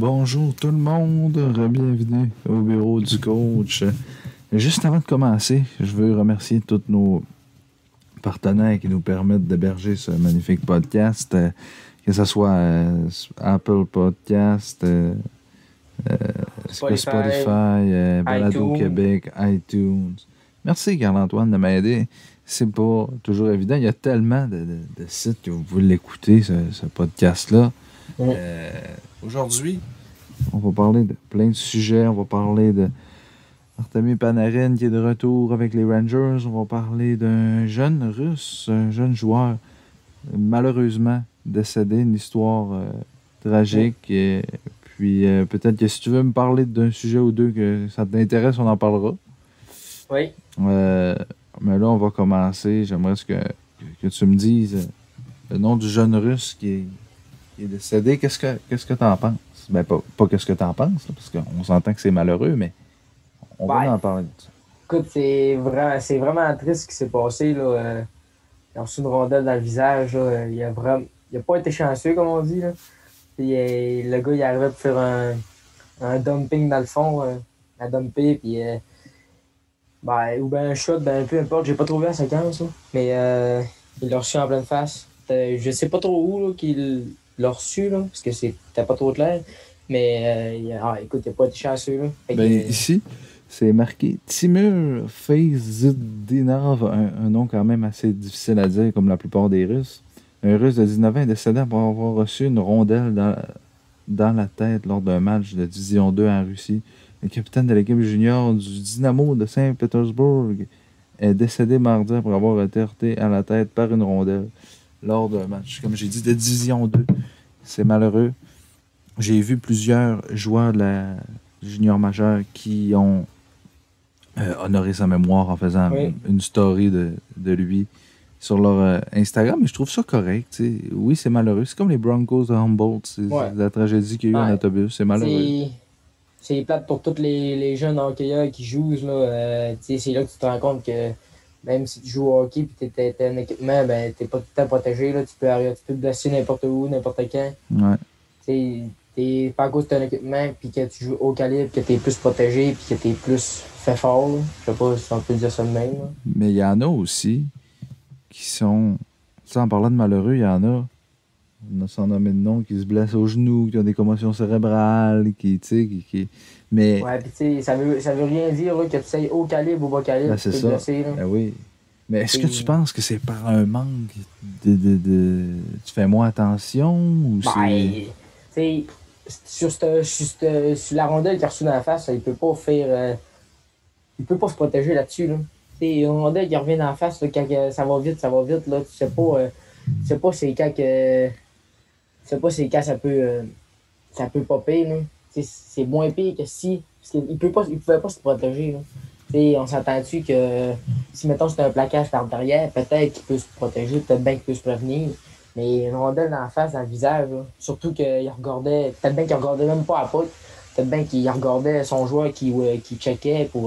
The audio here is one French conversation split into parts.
Bonjour tout le monde, bienvenue au bureau du coach. Juste avant de commencer, je veux remercier tous nos partenaires qui nous permettent d'héberger ce magnifique podcast, que ce soit Apple Podcast, Spotify, Balado iTunes. Québec, iTunes. Merci Carl-Antoine de m'aider. C'est pas toujours évident. Il y a tellement de sites que vous pouvez l'écouter, ce podcast-là. Aujourd'hui, on va parler de plein de sujets. On va parler de Artemi Panarin qui est de retour avec les Rangers. On va parler d'un jeune Russe, un jeune joueur, malheureusement décédé, une histoire tragique. Et puis peut-être que si tu veux me parler d'un sujet ou deux que ça t'intéresse, on en parlera. Oui. Mais là, on va commencer. J'aimerais que tu me dises le nom du jeune Russe qui est décédé. Qu'est-ce que tu en penses? Ben, pas qu'est-ce que tu en penses, là, parce qu'on s'entend que c'est malheureux, mais on va en parler de ça. Écoute, c'est vraiment triste ce qui s'est passé. Là. Il a reçu une rondelle dans le visage. Là. Il a pas été chanceux, comme on dit. Là. Puis, le gars, il arrivait pour faire un dumping dans le fond, à dumper, puis ou bien un shot, peu importe. J'ai pas trouvé la séquence, là. Mais il l'a reçu en pleine face. Je sais pas trop où là, qu'il l'a reçu, là, parce que c'était pas trop clair. Mais écoute, il a pas été chanceux. Là. Ici, c'est marqué Timur Feyzidinov, un nom quand même assez difficile à dire, comme la plupart des Russes. Un Russe de 19 ans est décédé après avoir reçu une rondelle dans la tête lors d'un match de Division 2 en Russie. Le capitaine de l'équipe junior du Dynamo de Saint-Pétersbourg est décédé mardi après avoir été heurté à la tête par une rondelle lors d'un match, comme j'ai dit, de Division 2. C'est malheureux. J'ai vu plusieurs joueurs de la junior majeure qui ont honoré sa mémoire en faisant une story de lui sur leur Instagram, mais je trouve ça correct. T'sais. Oui, c'est malheureux. C'est comme les Broncos de Humboldt. C'est la tragédie qu'il y a eu en autobus. C'est malheureux. C'est plate pour tous les jeunes hockeyeurs qui jouent. Là. C'est là que tu te rends compte que même si tu joues au hockey et tu es un équipement, t'es pas tout le temps protégé. Là. Tu peux te blesser n'importe où, n'importe quand. Ouais. T'es pas à cause de ton équipement puis que tu joues haut calibre, que tu es plus protégé puis que tu es plus fait fort. Là. Je sais pas si on peut dire ça de même. Là. Mais il y en a aussi qui sont... Tu sais, en parlant de malheureux, il y en a, on a sans nommer de nom, qui se blessent au genou, qui ont des commotions cérébrales, qui... Mais... Ouais, puis tu sais, ça veut rien dire là, que tu sais haut calibre ou bas calibre, ben, c'est tu peux ça. te blesser. Là. Ben oui. Mais est-ce que tu penses que c'est par un manque de... Tu fais moins attention ou c'est... Tu sais, sur la rondelle qu'il a reçue dans la face, il peut pas faire... il peut pas se protéger là-dessus. Là. Une rondelle qui revient dans la face, là, quand ça va vite. Là, tu sais pas c'est quand que... Tu sais pas c'est quand ça peut popper. Là. C'est moins pire que si... Parce qu'il pouvait pas se protéger. Là. On s'entend-tu que si, mettons, c'est un plaquage par derrière, peut-être qu'il peut se protéger, peut-être bien qu'il peut se prévenir. Mais une rondelle dans la face, dans le visage, là, surtout qu'il regardait... Peut-être bien qu'il regardait même pas à la pote. Peut-être bien qu'il regardait son joueur qui checkait pour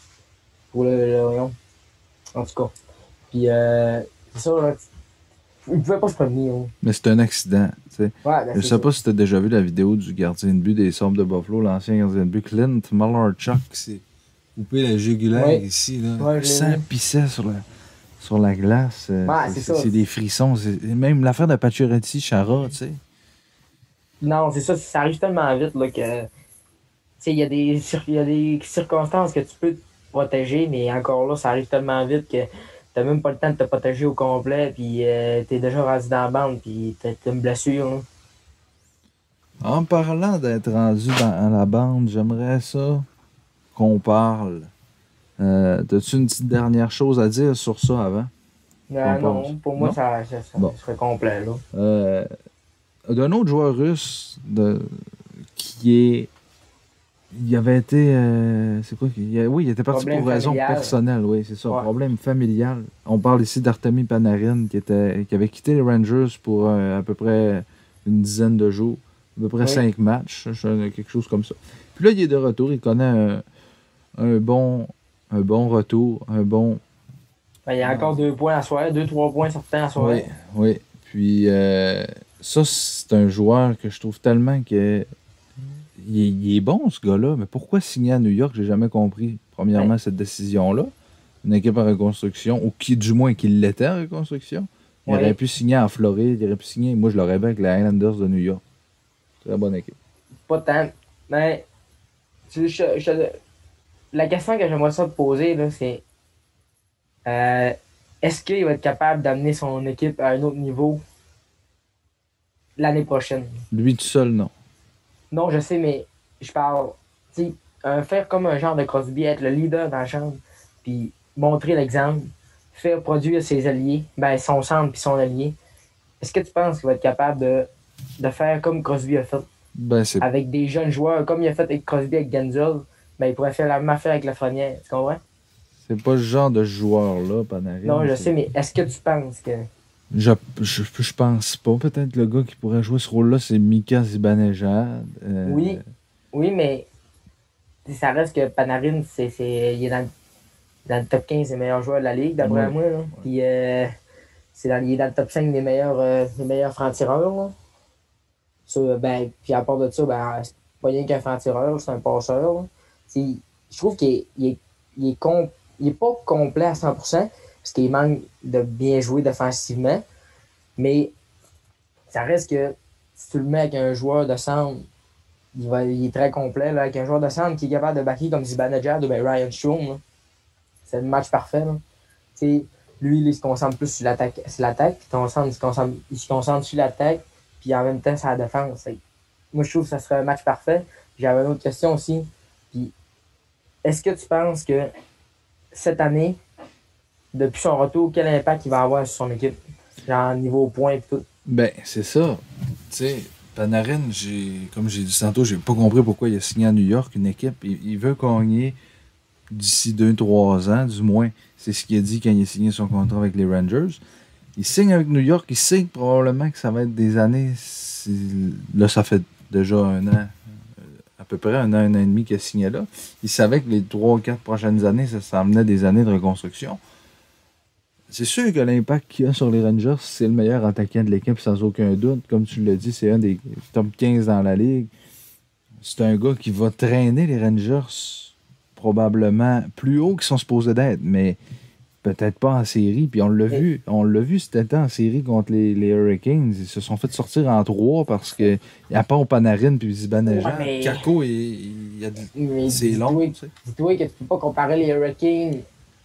voyons. En tout cas. Puis, c'est ça, là. Il pouvait pas se prévenir. Hein. Mais c'est un accident, tu sais. Ouais, je sais pas si tu as déjà vu la vidéo du gardien de but des Sabres de Buffalo, l'ancien gardien de but Clint Malarchuk, qui s'est coupé la jugulaire ici, là. Ouais, sang pissait sur la glace. C'est des frissons. Même l'affaire de Pacioretty, Chara, tu sais. Non, c'est ça. Ça arrive tellement vite, là, que... Tu sais, il y a des circonstances que tu peux te protéger, mais encore là, ça arrive tellement vite que t'as même pas le temps de te protéger au complet, puis t'es déjà rendu dans la bande, puis t'as une blessure. Là. En parlant d'être rendu dans la bande, j'aimerais ça qu'on parle. As-tu une petite dernière chose à dire sur ça avant? Non, pour moi, ça serait complet. Là. D'un autre joueur russe il avait été... c'est quoi? Il était parti pour raison personnelle. Oui, c'est ça. Ouais. Problème familial. On parle ici d'Artemi Panarin qui avait quitté les Rangers pour à peu près une dizaine de jours. À peu près 5 matchs. Quelque chose comme ça. Puis là, il est de retour. Il connaît un bon retour. Il y a encore 2 points à soir. 2-3 points certains à soir. Oui. Puis ça, c'est un joueur que je trouve tellement que... il est bon, ce gars-là, mais pourquoi signer à New York? J'ai jamais compris, premièrement, Ouais. cette décision-là. Une équipe en reconstruction, ou qui, du moins, qui l'était en reconstruction. Il aurait Ouais. pu signer en Floride, il aurait pu signer, moi, je l'aurais vu avec les Highlanders de New York. Très bonne équipe. Pas tant. Mais la question que j'aimerais ça te poser, là, c'est euh, est-ce qu'il va être capable d'amener son équipe à un autre niveau l'année prochaine? Lui tout seul, non. Non, je sais, mais je parle. Tu sais, faire comme un genre de Crosby, être le leader dans la chambre, puis montrer l'exemple, faire produire ses alliés, ben son centre puis son allié. Est-ce que tu penses qu'il va être capable de faire comme Crosby a fait Ben, c'est avec des jeunes joueurs, comme il a fait avec Crosby avec Genzel, ben il pourrait faire la même affaire avec Lafrenière, tu comprends? c'est pas ce genre de joueur-là, Panarin. Non, je sais, mais est-ce que tu penses que. Je pense pas. Peut-être le gars qui pourrait jouer ce rôle-là, c'est Mika Zibanejad. Oui, oui, mais ça reste que Panarin, il est dans le top 15 des meilleurs joueurs de la ligue, d'après Oui. moi. Là. Puis il est dans le top 5 des meilleurs francs-tireurs. Là. Ben, puis à part de ça, ben, c'est pas rien qu'un franc-tireur, c'est un passeur. Là. Je trouve qu'il est pas complet à 100% parce qu'il manque de bien jouer défensivement. Mais ça reste que si tu le mets avec un joueur de centre, il est très complet. Là, avec un joueur de centre qui est capable de backer comme Zibanejad ou ben Ryan Strome. Là. C'est le match parfait. Là. Lui, il se concentre plus sur l'attaque. Puis ton centre, il se concentre sur l'attaque. Puis en même temps, sur la défense. Moi, je trouve que ça serait un match parfait. J'avais une autre question aussi. Puis, est-ce que tu penses que cette année, depuis son retour, quel impact il va avoir sur son équipe? Genre, niveau points et tout. Ben, c'est ça. Tu sais, Panarin, comme j'ai dit tantôt, j'ai pas compris pourquoi il a signé à New York une équipe. Il veut gagner d'ici 2-3 ans, du moins. C'est ce qu'il a dit quand il a signé son contrat avec les Rangers. Il signe avec New York, il sait probablement que ça va être des années. Là, ça fait déjà un an, à peu près un an et demi qu'il a signé là. Il savait que les 3 ou 4 prochaines années, ça emmenait des années de reconstruction. C'est sûr que l'impact qu'il y a sur les Rangers, c'est le meilleur attaquant de l'équipe, sans aucun doute. Comme tu l'as dit, c'est un des top 15 dans la ligue. C'est un gars qui va traîner les Rangers probablement plus haut qu'ils sont supposés d'être, mais peut-être pas en série. Puis on l'a vu cet été en série contre les Hurricanes. Ils se sont fait sortir en 3 parce que, à part Panarin puis Zibanejad, Ouais, mais- Kako, Mais c'est long. Tu sais. dis-toi que tu peux pas comparer les Hurricanes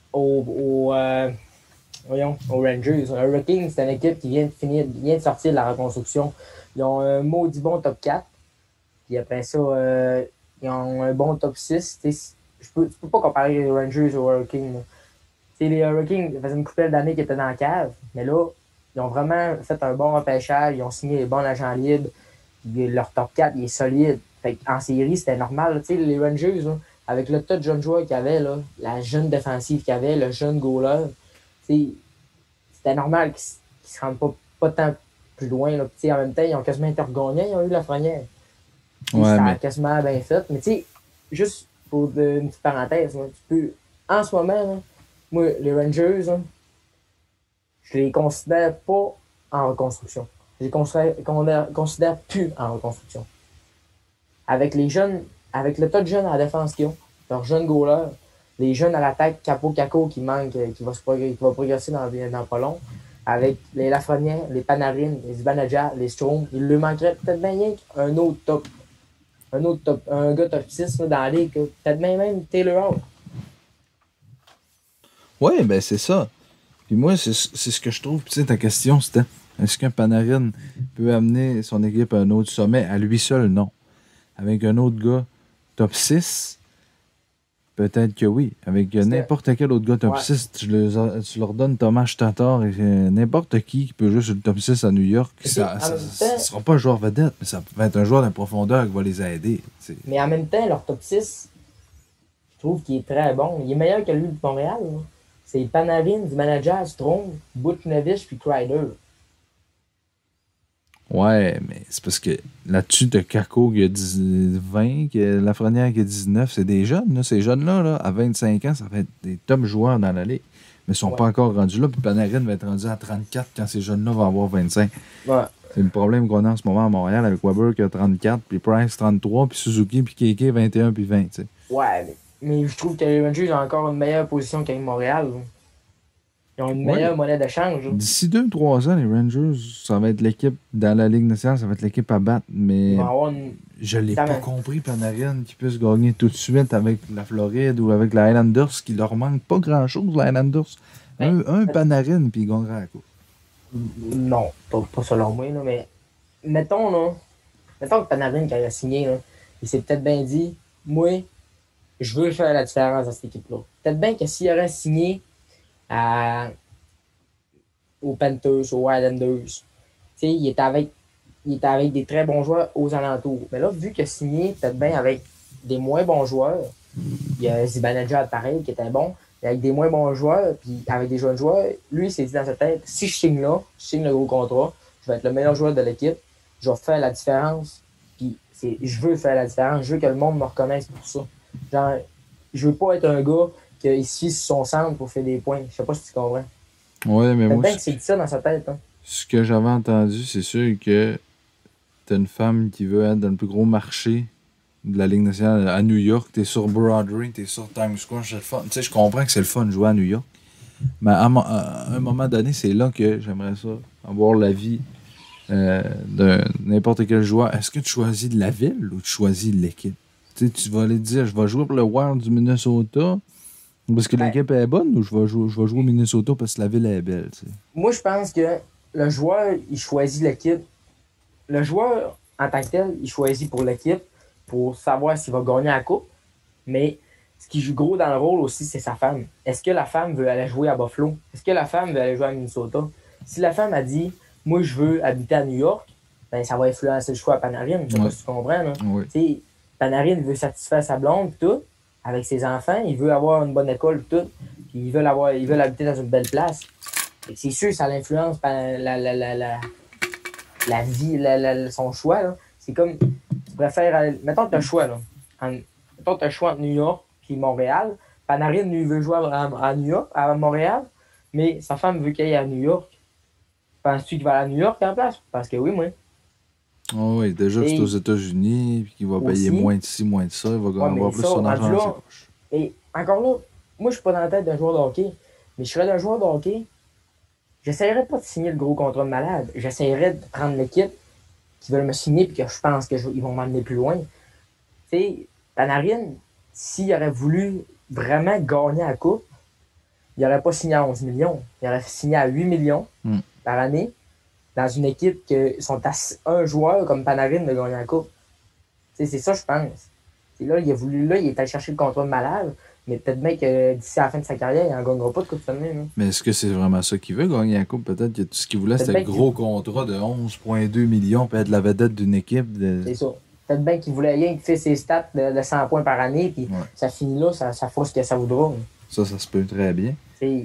aux Rangers. Les Hurricanes, c'est une équipe qui vient de sortir de la reconstruction. Ils ont un maudit bon top 4. Puis après ça, ils ont un bon top 6. Tu peux pas comparer les Rangers aux Hurricanes. Là. Les Hurricanes, ça faisait une couple d'années qu'ils étaient dans la cave. Mais là, ils ont vraiment fait un bon repêchage. Ils ont signé les bons agents libres. Puis leur top 4, il est solide. Fait en série, c'était normal. Les Rangers, là, avec le tas de jeunes joueurs qu'il y avait, là, la jeune défensive qu'il y avait, le jeune goaler, c'était normal qu'ils ne se rendent pas tant plus loin. Là. En même temps, ils ont quasiment été regagnés, ils ont eu la Lafrenière. Ouais, ça a mais quasiment bien fait. Mais juste pour une petite parenthèse, là, en ce moment, là, moi, les Rangers, là, je les considère pas en reconstruction. Je les considère plus en reconstruction. Avec le tas de jeunes à la défense qu'ils ont, leurs jeunes goalers, les jeunes à l'attaque, Kako qui manque, qui va progresser dans pas long, avec les Lafrenière, les Panarin, les Zibanejad, les Strome, il lui manquerait peut-être bien rien qu'un autre top. Un gars top 6 là, dans la ligue, peut-être même Taylor Hall. ouais, ben c'est ça. Puis moi, c'est ce que je trouve. Puis tu sais, ta question, c'était est-ce qu'un Panarin peut amener son équipe à un autre sommet? À lui seul, non. Avec un autre gars top 6, peut-être que oui. Avec n'importe quel autre gars top 6, tu leur donnes Thomas Tatar et n'importe qui peut jouer sur le top 6 à New York. Ça ne sera pas un joueur vedette, mais ça va être un joueur de profondeur qui va les aider. T'sais. Mais en même temps, leur top 6, je trouve qu'il est très bon. Il est meilleur que lui de Montréal. Là. C'est Panarin, du manager, Strome, Buchnevich puis Kreider. Ouais, mais c'est parce que là-dessus, t'as Kako qui a 20, Lafrenière qui a 19. C'est des jeunes, là. Ces jeunes-là, là, à 25 ans, ça va être des top joueurs dans la ligue. Mais ils sont pas encore rendus là. Puis Panarin va être rendu à 34 quand ces jeunes-là vont avoir 25. Ouais. C'est le problème qu'on a en ce moment à Montréal avec Weber qui a 34, puis Price 33, puis Suzuki, puis Keke 21, puis 20. T'sais. Ouais, mais je trouve que les Rangers ont encore une meilleure position qu'avec Montréal. Là. Ils ont une Ouais. meilleure monnaie d'échange. D'ici 2-3 ans, les Rangers, ça va être l'équipe dans la Ligue nationale, ça va être l'équipe à battre, Ils mais vont avoir une. je l'ai pas compris, Panarin, qui puisse gagner tout de suite avec la Floride ou avec la Highlanders, qui leur manque pas grand-chose, la Highlanders. Un Panarin, puis ils gagneraient la coupe. Non, pas selon moi, là, mais mettons, là, mettons que Panarin, quand il a signé, là, il s'est peut-être bien dit, moi, je veux faire la différence dans cette équipe-là. Peut-être bien que s'il aurait signé aux Panthers, aux Highlanders, il était avec des très bons joueurs aux alentours. Mais là, vu qu'il a signé peut-être bien avec des moins bons joueurs, il y a Zibanejad pareil qui était bon, mais avec des moins bons joueurs, puis avec des jeunes joueurs, lui, il s'est dit dans sa tête, si je signe là, je signe le gros contrat, je vais être le meilleur joueur de l'équipe, je vais faire la différence, puis je veux faire la différence, je veux que le monde me reconnaisse pour ça. Genre, je veux pas être un gars qui se fie sur son centre pour faire des points. Je sais pas si tu comprends. Ouais, mais Peut-être moi, bien que c'est dit ça dans sa tête. Hein. ce que j'avais entendu, c'est sûr que t'as une femme qui veut être dans le plus gros marché de la Ligue nationale à New York, t'es sur Broadway, t'es sur Times Square, c'est le fun. Tu sais, je comprends que c'est le fun de jouer à New York, mais à un moment donné, c'est là que j'aimerais ça, avoir l'avis de n'importe quel joueur. Est-ce que tu choisis de la ville ou tu choisis de l'équipe? Tu sais, tu vas aller te dire, je vais jouer pour le Wild du Minnesota parce que l'équipe est bonne ou je vais jouer au Minnesota parce que la ville est belle, tu sais? Moi, je pense que le joueur, il choisit l'équipe. Le joueur, en tant que tel, il choisit pour l'équipe pour savoir s'il va gagner la coupe. Mais ce qui joue gros dans le rôle aussi, c'est sa femme. Est-ce que la femme veut aller jouer à Buffalo? Est-ce que la femme veut aller jouer à Minnesota? Si la femme a dit, moi, je veux habiter à New York, ben, ça va influencer le choix à Panarin. Je sais pas si tu comprends. Là. Oui. Panarin veut satisfaire sa blonde, tout, avec ses enfants. Il veut avoir une bonne école, tout. Puis ils veulent habiter dans une belle place. Et c'est sûr que ça l'influence la vie, son choix. Là. C'est comme, tu préfères aller, mettons que tu as le choix. Là. Mettons que tu as le choix entre New York et Montréal. Panarin, lui, veut jouer à New York, à Montréal, mais sa femme veut qu'il aille à New York. Penses-tu qu'il va aller à New York en place? Parce que oui, moi. Oh oui, déjà que c'est aux États-Unis, puis qu'il va payer moins de ci, moins de ça, il va avoir plus son argent dans ses poches. Et encore là, moi, je suis pas dans la tête d'un joueur de hockey, mais je serais d'un joueur de hockey. J'essaierais pas de signer le gros contrat de malade. J'essaierais de prendre l'équipe qui veulent me signer et que je pense qu'ils vont m'amener plus loin. Tu sais, Panarin, s'il aurait voulu vraiment gagner la coupe, il n'aurait pas signé à 11 millions. Il aurait signé à 8 millions par année dans une équipe qui sont à un joueur comme Panarin de gagner la coupe. Tu sais, c'est ça, je pense. Et là, il est allé chercher le contrat de malade. Mais peut-être bien que d'ici à la fin de sa carrière, il n'en gagnera pas de Coupe Stanley. Mais est-ce que c'est vraiment ça qu'il veut, gagner la Coupe? Peut-être que tout ce qu'il voulait, c'était le gros contrat de 11,2 millions pour être la vedette d'une équipe. C'est ça. Peut-être bien qu'il voulait rien faire ses stats de 100 points par année, puis ça finit là, ça fera ce que ça voudra. Ça se peut très bien. Puis,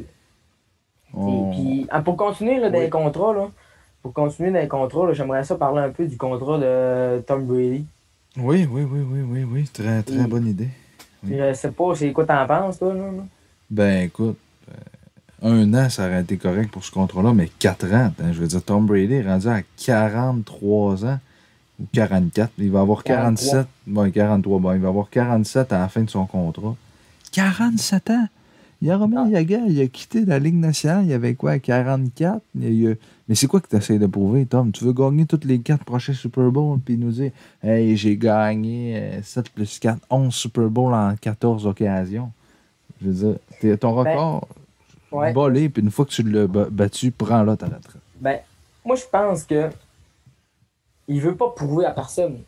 pour continuer là, dans les contrats, j'aimerais ça parler un peu du contrat de Tom Brady. Oui. Très bonne idée. Oui. Je sais pas, c'est quoi t'en penses, toi, là? Ben, écoute, 1 an, ça aurait été correct pour ce contrat-là, mais 4 ans, je veux dire, Tom Brady est rendu à 43 ans, ou 44, il va avoir 47, 43, il va avoir 47 à la fin de son contrat. 47 ans! Jaromir Jagr, il a quitté la Ligue nationale, il y avait quoi, 44? Mais c'est quoi que tu essaies de prouver, Tom? Tu veux gagner tous les 4 prochains Super Bowls puis nous dire « Hey, j'ai gagné 7 plus 4, 11 Super Bowls en 14 occasions. » Je veux dire, ton record, volé, puis une fois que tu l'as battu, prends-le ta retraite. Ben, moi, je pense que il veut pas prouver à personne.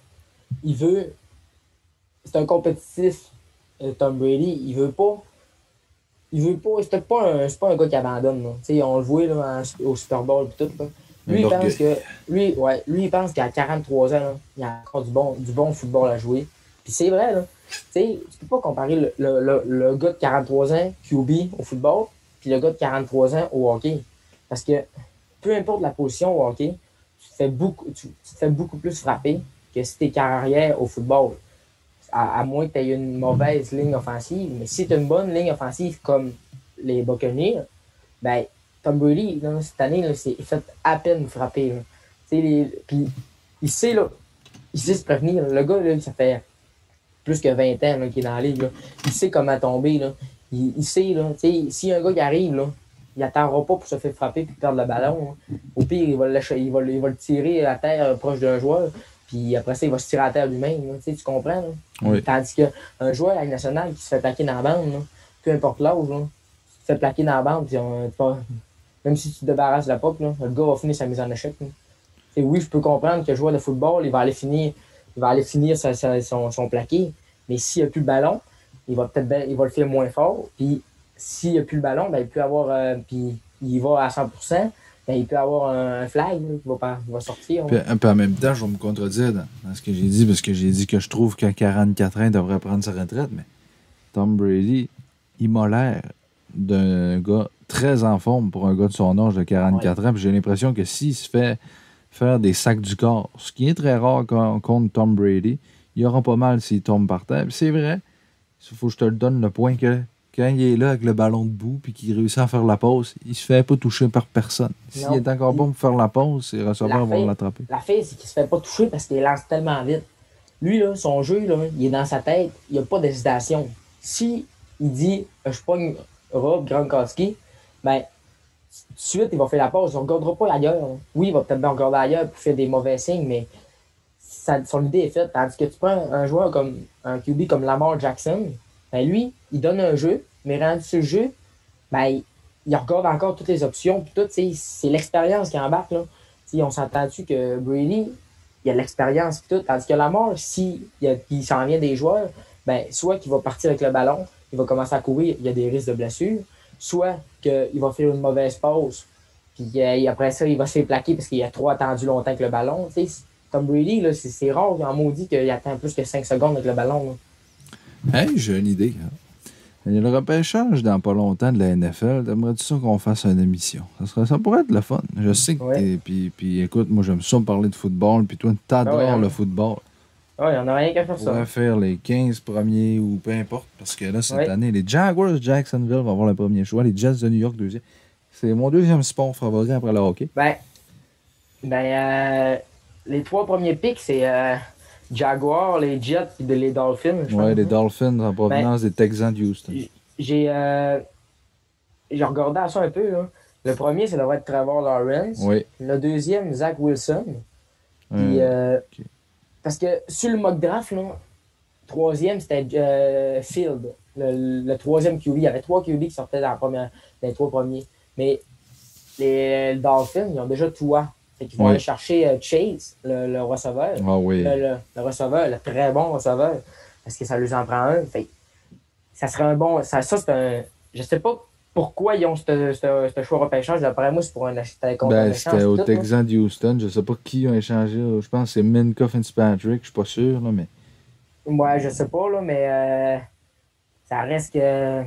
C'est un compétitif, Tom Brady. Il veut pas. C'est pas un gars qui abandonne. On le voit là, au Super Bowl et tout. Là. Lui, il pense qu'à 43 ans, là, il y a encore du bon football à jouer. Puis c'est vrai, là. Tu peux pas comparer le gars de 43 ans, QB, au football, puis le gars de 43 ans au hockey. Parce que peu importe la position au hockey, tu te fais beaucoup plus frapper que si t'es carrière au football. À moins que tu aies une mauvaise ligne offensive. Mais si tu as une bonne ligne offensive comme les Buccaneers, ben, Tom Brady, là, cette année, il s'est fait à peine frapper. Puis il sait, là, il sait se prévenir. Le gars, là, ça fait plus que 20 ans qu'il est dans la ligue. Là. Il sait comment tomber. Là. Il sait, là, si un gars qui arrive, là, il n'attendra pas pour se faire frapper et perdre le ballon. Hein. Au pire, il va le tirer à terre proche d'un joueur. Puis après ça, il va se tirer à terre lui-même. Tu comprends? Là? Oui. Tandis qu'un joueur à la nationale qui se fait plaquer dans la bande, là, peu importe l'âge, là, se fait plaquer dans la bande, puis même si tu te débarrasses de la pop, là, le gars va finir sa mise en échec. Oui, je peux comprendre que le joueur de football, il va aller finir son plaqué. Mais s'il n'y a plus le ballon, il va le faire moins fort. Puis s'il n'y a plus le ballon, ben, il peut avoir. Puis il va à 100%, ben, il peut avoir un flag là, qui va sortir. Puis en même temps, je vais me contredire dans ce que j'ai dit, parce que j'ai dit que je trouve qu'à 44 ans, il devrait prendre sa retraite. Mais Tom Brady, il m'a l'air d'un gars très en forme pour un gars de son âge de 44 ans. Puis j'ai l'impression que s'il se fait faire des sacs du corps, ce qui est très rare contre Tom Brady, il aura pas mal s'il tombe par terre. Puis c'est vrai, il faut que je te le donne le point que quand il est là avec le ballon debout puis qu'il réussit à faire la pause, il se fait pas toucher par personne. S'il est encore bon pour faire la pause, ses receveurs vont l'attraper. La fille, c'est qu'il se fait pas toucher parce qu'il lance tellement vite. Lui, là, son jeu, là, il est dans sa tête, il n'y a pas d'hésitation. Si il dit je pogne Rob Gronkowski, ben tout de suite, il va faire la pause. Il ne regardera pas ailleurs. Oui, il va peut-être bien regarder ailleurs pour faire des mauvais signes, mais son idée est faite. Tandis que tu prends un joueur comme un QB comme Lamar Jackson, ben lui, il donne un jeu, mais rendu sur le jeu, ben, il regarde encore toutes les options. Puis tout, c'est l'expérience qui embarque. Là. On s'entend-tu que Brady, il a l'expérience. Puis tout, tandis que Lamar, s'il s'en vient des joueurs, ben, soit qu'il va partir avec le ballon, il va commencer à courir, il y a des risques de blessure. Soit qu'il va faire une mauvaise pause, puis après ça, il va se faire plaquer parce qu'il a trop attendu longtemps avec le ballon. Tom Brady, là, c'est rare, en maudit, qu'il attend plus que 5 secondes avec le ballon. Là. Hey, j'ai une idée. Hein. Il y a le repêchage dans pas longtemps de la NFL. T'aimerais-tu ça qu'on fasse une émission? Ça pourrait être le fun. Je sais que t'es... Puis écoute, moi, j'aime ça me parler de football, puis toi, t'adores le football. Oui, il n'y en a rien qu'à faire ça. On va faire les 15 premiers ou peu importe, parce que là, cette année, les Jaguars de Jacksonville vont avoir le premier choix, les Jets de New York, deuxième. C'est mon deuxième sport favori après le hockey. Les 3 premiers picks, c'est Jaguars, les Jets et les Dolphins. Oui, les Dolphins en provenance des Texans de Houston. J'ai regardé à ça un peu. Là. Le premier, ça devrait être Trevor Lawrence. Oui. Le deuxième, Zach Wilson. Puis, okay. Parce que sur le mock draft, là, troisième, c'était Field. Le troisième QB. Il y avait 3 QB qui sortaient dans les 3 premiers. Mais les Dolphins, ils ont déjà Tua. Fait qu'ils vont aller chercher Chase, le receveur. Ah oui. Le receveur, le très bon receveur. Parce que ça lui en prend un. Fait ça serait un bon. Ça c'est un. Je sais pas pourquoi ils ont ce choix repêchage. D'après moi, c'est pour un échange. C'était au Texans de Houston. Je sais pas qui ont échangé. Je pense que c'est Minka Fitzpatrick. Je suis pas sûr, là, mais. Ouais, je sais pas, là, mais ça reste que.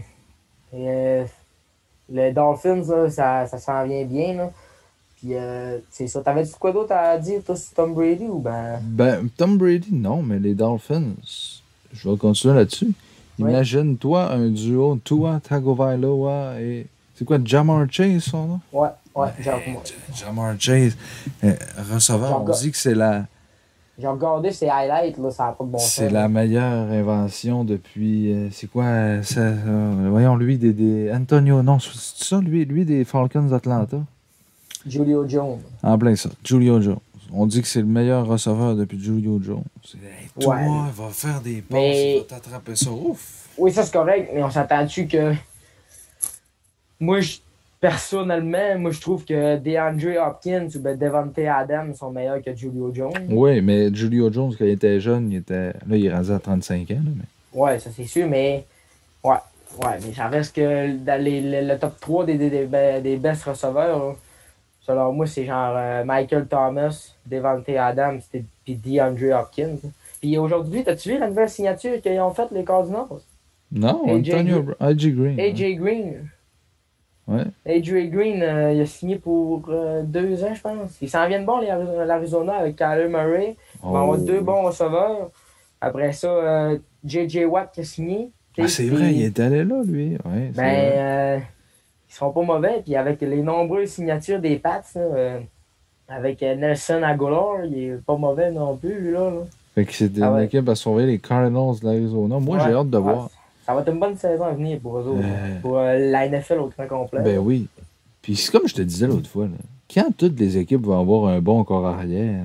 Les Dolphins, là, ça s'en vient bien, là. Puis, c'est ça. T'avais-tu quoi d'autre à dire, toi, sur Tom Brady ou ben. Ben, Tom Brady, non, mais les Dolphins, je vais continuer là-dessus. Imagine-toi un duo Tua Tagovailoa et. C'est quoi, Ja'Marr Chase, son nom? Ouais, Ja'Marr Chase. Receveur, on dit que c'est la. J'ai regardé ses highlights, là, ça n'a pas de bon sens. C'est la meilleure invention depuis. C'est quoi ça, voyons, lui, des Antonio. Non, c'est ça, lui des Falcons d'Atlanta. Julio Jones. En plein ça. Julio Jones. On dit que c'est le meilleur receveur depuis Julio Jones. Toi, va faire des passes, il va t'attraper ça. Ouf! Oui, ça c'est correct, mais on s'attend-tu que. Moi, personnellement, je trouve que DeAndre Hopkins ou Devontae Adams sont meilleurs que Julio Jones. Oui, mais Julio Jones, quand il était jeune, là, il est rendu à 35 ans. Là, mais... Oui, ça c'est sûr, mais. Ouais, mais ça reste que dans le top 3 des best receveurs. Là. Selon moi, c'est genre Michael Thomas, Devontae Adams puis DeAndre Hopkins. Puis aujourd'hui, t'as-tu vu la nouvelle signature qu'ils ont faite, les Cardinals? Non, AJ Green. AJ Green. Ouais. AJ Green, il a signé pour 2 ans, je pense. Il s'en vient de bon, l'Arizona, avec Kyler Murray. Il va avoir 2 bons receveurs. Après ça, J.J. Watt qui a signé. Ah, c'est vrai, il est allé là, lui. Ouais, ils seront pas mauvais. Puis avec les nombreuses signatures des Pats, Avec Nelson Aguilar, il est pas mauvais non plus, lui, là. Fait que c'est Ah une ouais. équipe à surveiller, les Cardinals de l'Arizona. Moi, Ouais. j'ai hâte de Ouais. voir. Ça va être une bonne saison à venir pour eux autres, là. Euh, Pour la NFL au grand complet. ben Là. oui. Puis c'est comme je te disais l'autre fois, là, quand toutes les équipes vont avoir un bon corps arrière,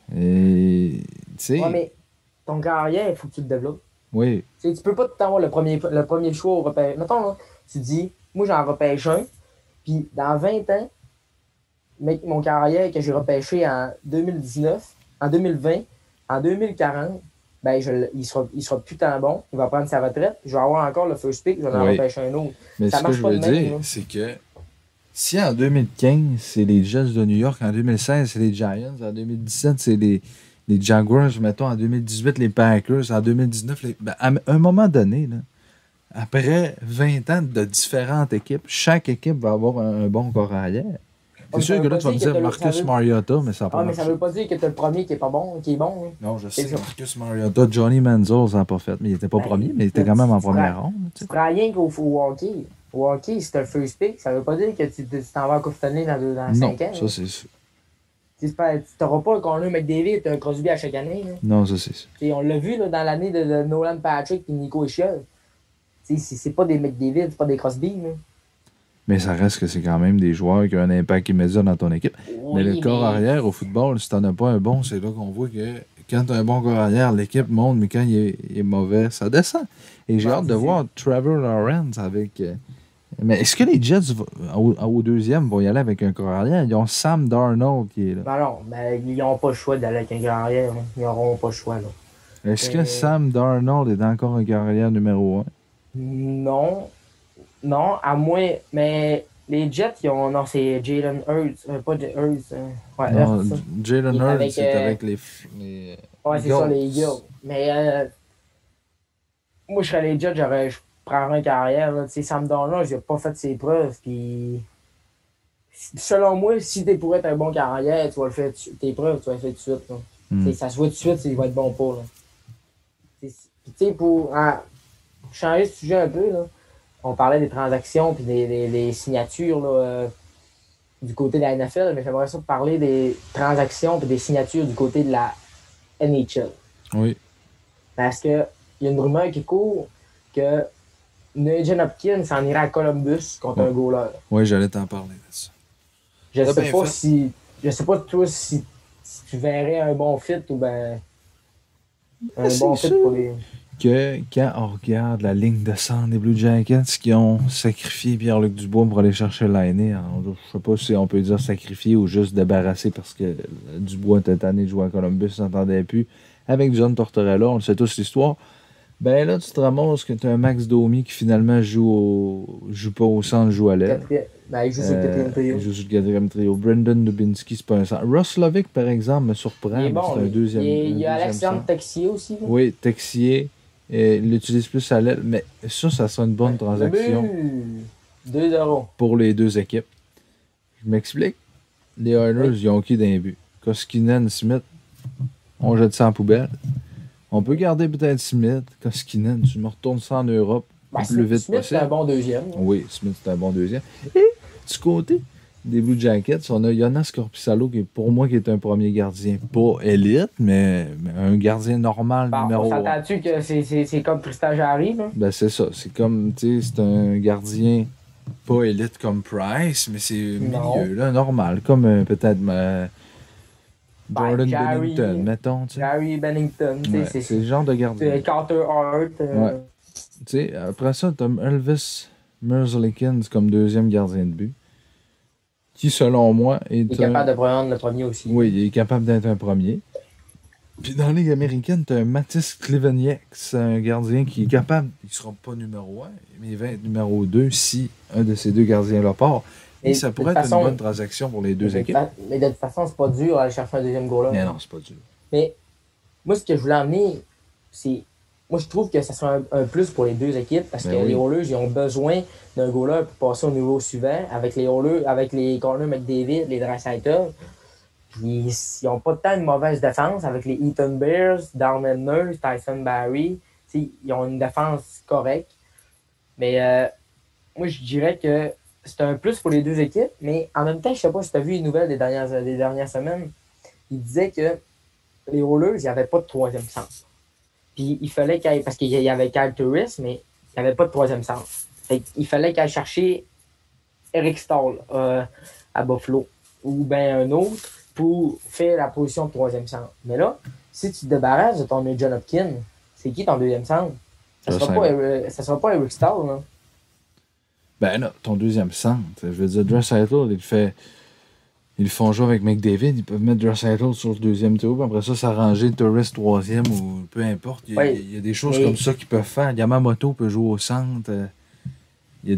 et tu Ouais, sais, mais ton carrière, il faut que tu le développes. oui, Tu sais, tu peux pas tout le temps avoir le premier choix au repêchage. Mettons, là, tu dis, moi j'en repêche un, puis dans 20 ans, mec, mon carrière que j'ai repêché en 2019, en 2020, en 2040, ben il sera plus tant bon, il va prendre sa retraite, je vais avoir encore le first pick, je vais en oui. repêcher un autre. Mais Ça ce que marche je pas veux de même, dire, là. c'est que si en 2015, c'est les Jets de New York, en 2016, c'est les Giants, en 2017, c'est les Jaguars, mettons, en 2018, les Packers, en 2019, ben, à un moment donné, là, après 20 ans de différentes équipes, chaque équipe va avoir un bon corps arrière. Ah, C'est mais ça sûr veut que là, pas tu vas me dire que dire t'as Marcus Mariota, mais ça n'a pas mais ça marché. veut pas dire que t'as le premier qui est pas bon, qui est bon. Là. Non, je C'est sais, ça. Marcus Mariota, Johnny Manziel, ça n'a pas fait. Mais il n'était pas Ben, premier, mais il était là, quand même en tu prends, première ronde. Tu tu sais. prends rien au hockey. Au hockey, si t'as le first pick, ça veut pas dire que tu t'en vas à Coupe Stanley dans Non, 5 ans. ça Là. c'est sûr. Tu n'auras pas un Connor McDavid et un Crosby à chaque année. Là. Non, ça c'est sûr. On l'a vu là, dans l'année de Nolan Patrick et Nico Hischier. C'est pas des McDavid, c'est pas des Crosby. Là. Mais ça reste que c'est quand même des joueurs qui ont un impact immédiat dans ton équipe. Mais le Oui, corps mais arrière au football, si t'en as pas un bon, c'est là qu'on voit que quand t'as un bon corps arrière, l'équipe monte, mais quand il est mauvais, ça descend. Et j'ai non, hâte de voir Trevor Lawrence avec. Mais est-ce que les Jets au deuxième vont y aller avec un corps arrière? Ils ont Sam Darnold qui est là. non, ben, ils n'ont pas le choix d'aller avec un grand arrière. Hein. Ils n'auront pas le choix. Là. Est-ce que Sam Darnold est encore un corps arrière numéro 1? Non, non, à moins. Mais les Jets, ils ont. Non, c'est Jalen Hurts. Pas Hurts. Ouais, Non, Hurts. Jalen Il est Hurts, avec, c'est avec les Ouais, c'est ça, les Eagles. Mais moi, je serais les Jets, je prendrais une carrière. Là. Tu sais, Sam Darnold, il n'a pas fait ses preuves. Puis, selon moi, si tu pourrais être un bon carrière, tu vas le faire tes preuves, tu vas le faire tout de suite. Là. Ça se voit tout de suite s'il va être bon pour. Là. Tu sais, pour changer de sujet un peu, là, on parlait des transactions puis des signatures là, du côté de la NFL, mais j'aimerais ça parler des transactions et des signatures du côté de la NHL. Oui. Parce qu'il y a une rumeur qui court que Nugent Hopkins s'en irait à Columbus contre un goaler. Oui, j'allais t'en parler de ça. Je sais pas toi si tu verrais un bon fit ou ben un bon fit pour les. Que quand on regarde la ligne de sang des Blue Jackets qui ont sacrifié Pierre-Luc Dubois pour aller chercher l'année, je sais pas si on peut dire sacrifier ou juste débarrasser parce que Dubois était tanné de jouer à Columbus, s'entendait plus. Avec John Tortorella, on le sait tous l'histoire. Ben là, tu te ramasses que tu as un Max Domi qui finalement joue pas au centre, joue à l'aile. Ben, il joue sur le quatrième trio. Il joue sur le quatrième trio. Brendan Dubinsky, c'est pas un centre. Ross Lovick, par exemple, me surprend. Il est bon, c'est un deuxième. Il y a Alexandre Texier aussi. Là. Oui, Texier. Il l'utilise plus à l'aile. Mais ça sera une bonne transaction. 2-0. Pour les deux équipes. Je m'explique. Les Oilers, ils ont qui d'un but? Koskinen, Smith, on jette ça en poubelle. On peut garder peut-être Smith, Koskinen, tu me retournes ça en Europe le plus vite Smith, possible. c'est un bon deuxième. Là. Oui, Smith, c'est un bon deuxième. Et du côté des Blue Jackets, on a Jonas Korpisalo, qui pour moi qui est un premier gardien. Pas élite, mais un gardien normal numéro 1. On s'entend-tu que c'est comme Tristan Jarry? Là? Ben c'est ça. C'est comme, tu sais, c'est un gardien pas élite comme Price, mais c'est milieu, là, normal. Comme peut-être Jordan Bennington, mettons. T'sais. Gary Bennington. Ouais, c'est le genre de gardien. Carter Hart. Ouais. Tu sais, après ça, tu as Elvis Merzlikins comme deuxième gardien de but. Qui, selon moi, il est capable de prendre le premier aussi. Oui, il est capable d'être un premier. Puis dans la Ligue américaine, tu as Mathis Kliveniek, c'est un gardien qui est capable, il ne sera pas numéro 1, mais il va être numéro 2 si un de ces deux gardiens-là part. Et ça pourrait être une bonne transaction pour les deux équipes. Mais de toute façon, c'est pas dur d'aller chercher un deuxième goaler. Mais non, c'est pas dur. Mais moi, ce que je voulais emmener, c'est. Moi, je trouve que ça sera un plus pour les deux équipes parce que les Oilers, ils ont besoin d'un goaler pour passer au niveau suivant. Avec les Oilers, avec les Connor McDavid, les Draisaitl, ils n'ont pas tant de mauvaise défense avec les Eaton Bears, Darnell Nurse, Tyson Barrie. Ils ont une défense correcte. Mais moi, je dirais que c'est un plus pour les deux équipes, mais en même temps, je sais pas si tu as vu les nouvelles des dernières semaines. Il disait que les Oilers, il n'y avait pas de troisième centre. Puis il fallait qu'il y ait, parce qu'il y avait Kyle Turris, mais il n'y avait pas de troisième centre. Il fallait qu'il aille chercher Eric Stahl à Buffalo ou bien un autre pour faire la position de troisième centre. Mais là, si tu te débarrasses de ton John Hopkins, c'est qui ton deuxième centre? Ça sera pas Eric Stahl, là. Ben là, ton deuxième centre. Je veux dire, Draisaitl, ils le font jouer avec McDavid. Ils peuvent mettre Draisaitl sur le deuxième tour. Puis après ça, s'arranger Torres troisième ou peu importe. Il y a des choses comme ça qu'ils peuvent faire. Yamamoto peut jouer au centre. Il y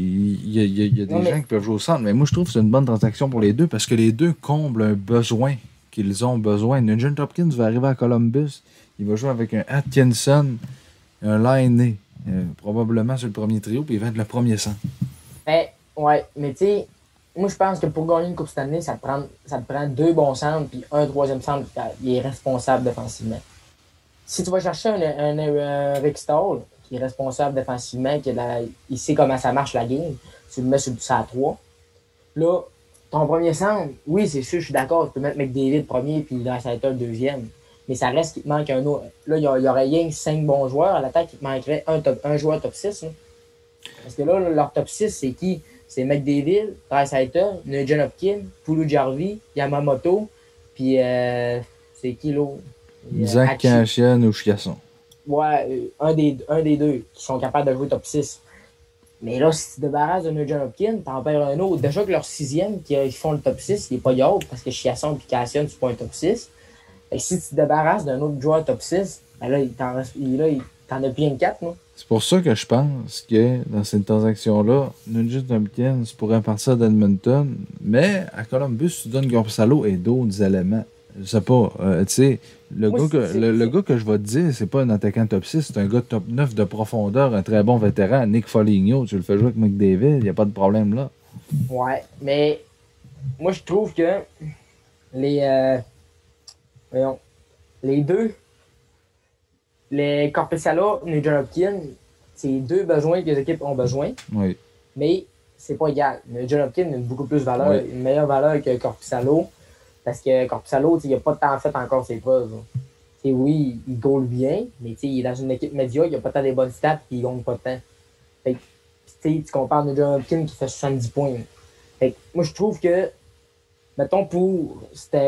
a des gens qui peuvent jouer au centre. Mais moi, je trouve que c'est une bonne transaction pour les deux parce que les deux comblent un besoin qu'ils ont besoin. Nugent Hopkins va arriver à Columbus. Il va jouer avec un Atkinson, un Laine, probablement sur le premier trio, puis il va être le premier centre. Ben, ouais, mais tu sais, moi, je pense que pour gagner une Coupe Stanley, ça te prend deux bons centres puis un troisième centre qui est responsable défensivement. Si tu vas chercher un Rick Stahl qui est responsable défensivement, il sait comment ça marche la game, tu le mets sur ça à 3. Là, ton premier centre, oui, c'est sûr, je suis d'accord, tu peux mettre McDavid premier puis Draisaitl deuxième. Mais ça reste qu'il te manque un autre. Là, il y aurait rien que 5 bons joueurs. À l'attaque, il te manquerait un joueur top 6. Là. Parce que là, leur top 6, c'est qui? C'est McDavid, Draisaitl, Nugent Hopkins, Pulu-Jarvi, Yamamoto, puis c'est qui l'autre? Zach Cassian ou Chiasson. Ouais, un des deux qui sont capables de jouer top 6. Mais là, si tu te débarrasses de Nugent Hopkins, t'en perds un autre. Déjà que leur sixième qui font le top 6, il n'est pas yacht parce que Chiasson et Cassian, c'est pas un top 6. Et si tu te débarrasses d'un autre joueur top 6, ben là, il t'en a plus un 4. Là. C'est pour ça que je pense que dans cette transaction-là, Nugent Hopkins pourrait partir d'Edmonton, mais à Columbus, tu donnes Gorsalo et d'autres éléments. Je sais pas, tu sais, le gars que je vais te dire, c'est pas un attaquant top 6, c'est un gars top 9 de profondeur, un très bon vétéran, Nick Foligno, tu le fais jouer avec McDavid, il n'y a pas de problème là. Ouais, mais moi je trouve que les deux, les Korpisalo, Nugent Hopkins, c'est deux besoins que les équipes ont besoin. Oui. Mais c'est pas égal. Nugent Hopkins a beaucoup plus de valeur, oui. Une meilleure valeur que Korpisalo. Parce que Korpisalo, il n'a pas tant fait encore ses preuves. Oui, il goal bien, mais il est dans une équipe médiocre, il n'a pas tant des bonnes stats et il ne gagne pas tant. Fait que, tu compares Nugent Hopkins qui fait 70 points. Fait que, moi, je trouve que, mettons, pour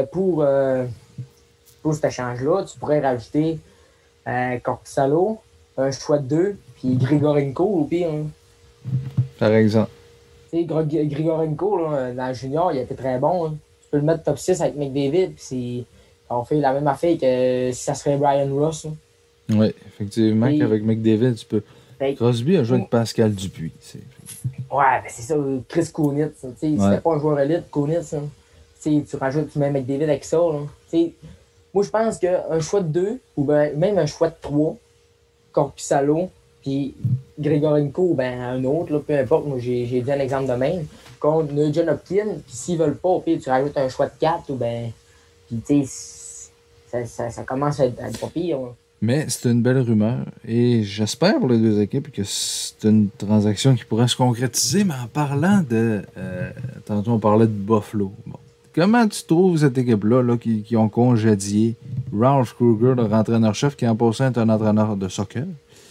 cet échange-là, tu pourrais rajouter Korpisalo, un choix de 2, puis Grigorenko au pire. Hein. Par exemple. Grigorenko, là, dans le junior, il était très bon. Hein. Tu peux le mettre top 6 avec McDavid, puis on fait la même affaire que si ça serait Brian Ross. Hein. Oui, effectivement, qu'avec McDavid, tu peux. Crosby a joué avec Pascal Dupuis. Ouais, ben c'est ça, Chris Kunitz. C'était pas un joueur élite, Kunitz. Hein. Tu mets McDavid avec ça. Là. Moi, je pense qu'un choix de 2, ou ben, même un choix de 3, Korpisalo, puis Grigorenko, ou ben un autre, là, peu importe, moi j'ai dit un exemple de même, contre Nugent Hopkins, puis s'ils veulent pas, puis tu rajoutes un choix de 4, ou ben, puis tu sais, ça commence à être pas pire. Là. Mais c'est une belle rumeur, et j'espère pour les deux équipes que c'est une transaction qui pourrait se concrétiser, mais en parlant de... tantôt on parlait de Buffalo. Bon. Comment tu trouves cette équipe-là là, qui ont congédié Ralph Kruger, leur entraîneur-chef, qui en passant est un entraîneur de soccer?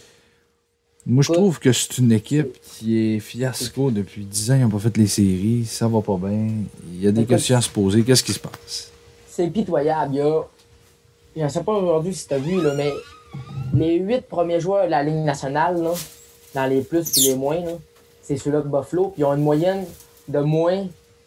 Moi, je trouve que c'est une équipe qui est fiasco depuis 10 ans. Ils n'ont pas fait les séries. Ça va pas bien. Il y a des questions à se poser. Qu'est-ce qui se passe? C'est pitoyable. Je ne sais pas aujourd'hui si tu as vu, là, mais les 8 premiers joueurs de la Ligue nationale, là, dans les plus et les moins, là, c'est ceux-là de Buffalo. Puis ils ont une moyenne de moins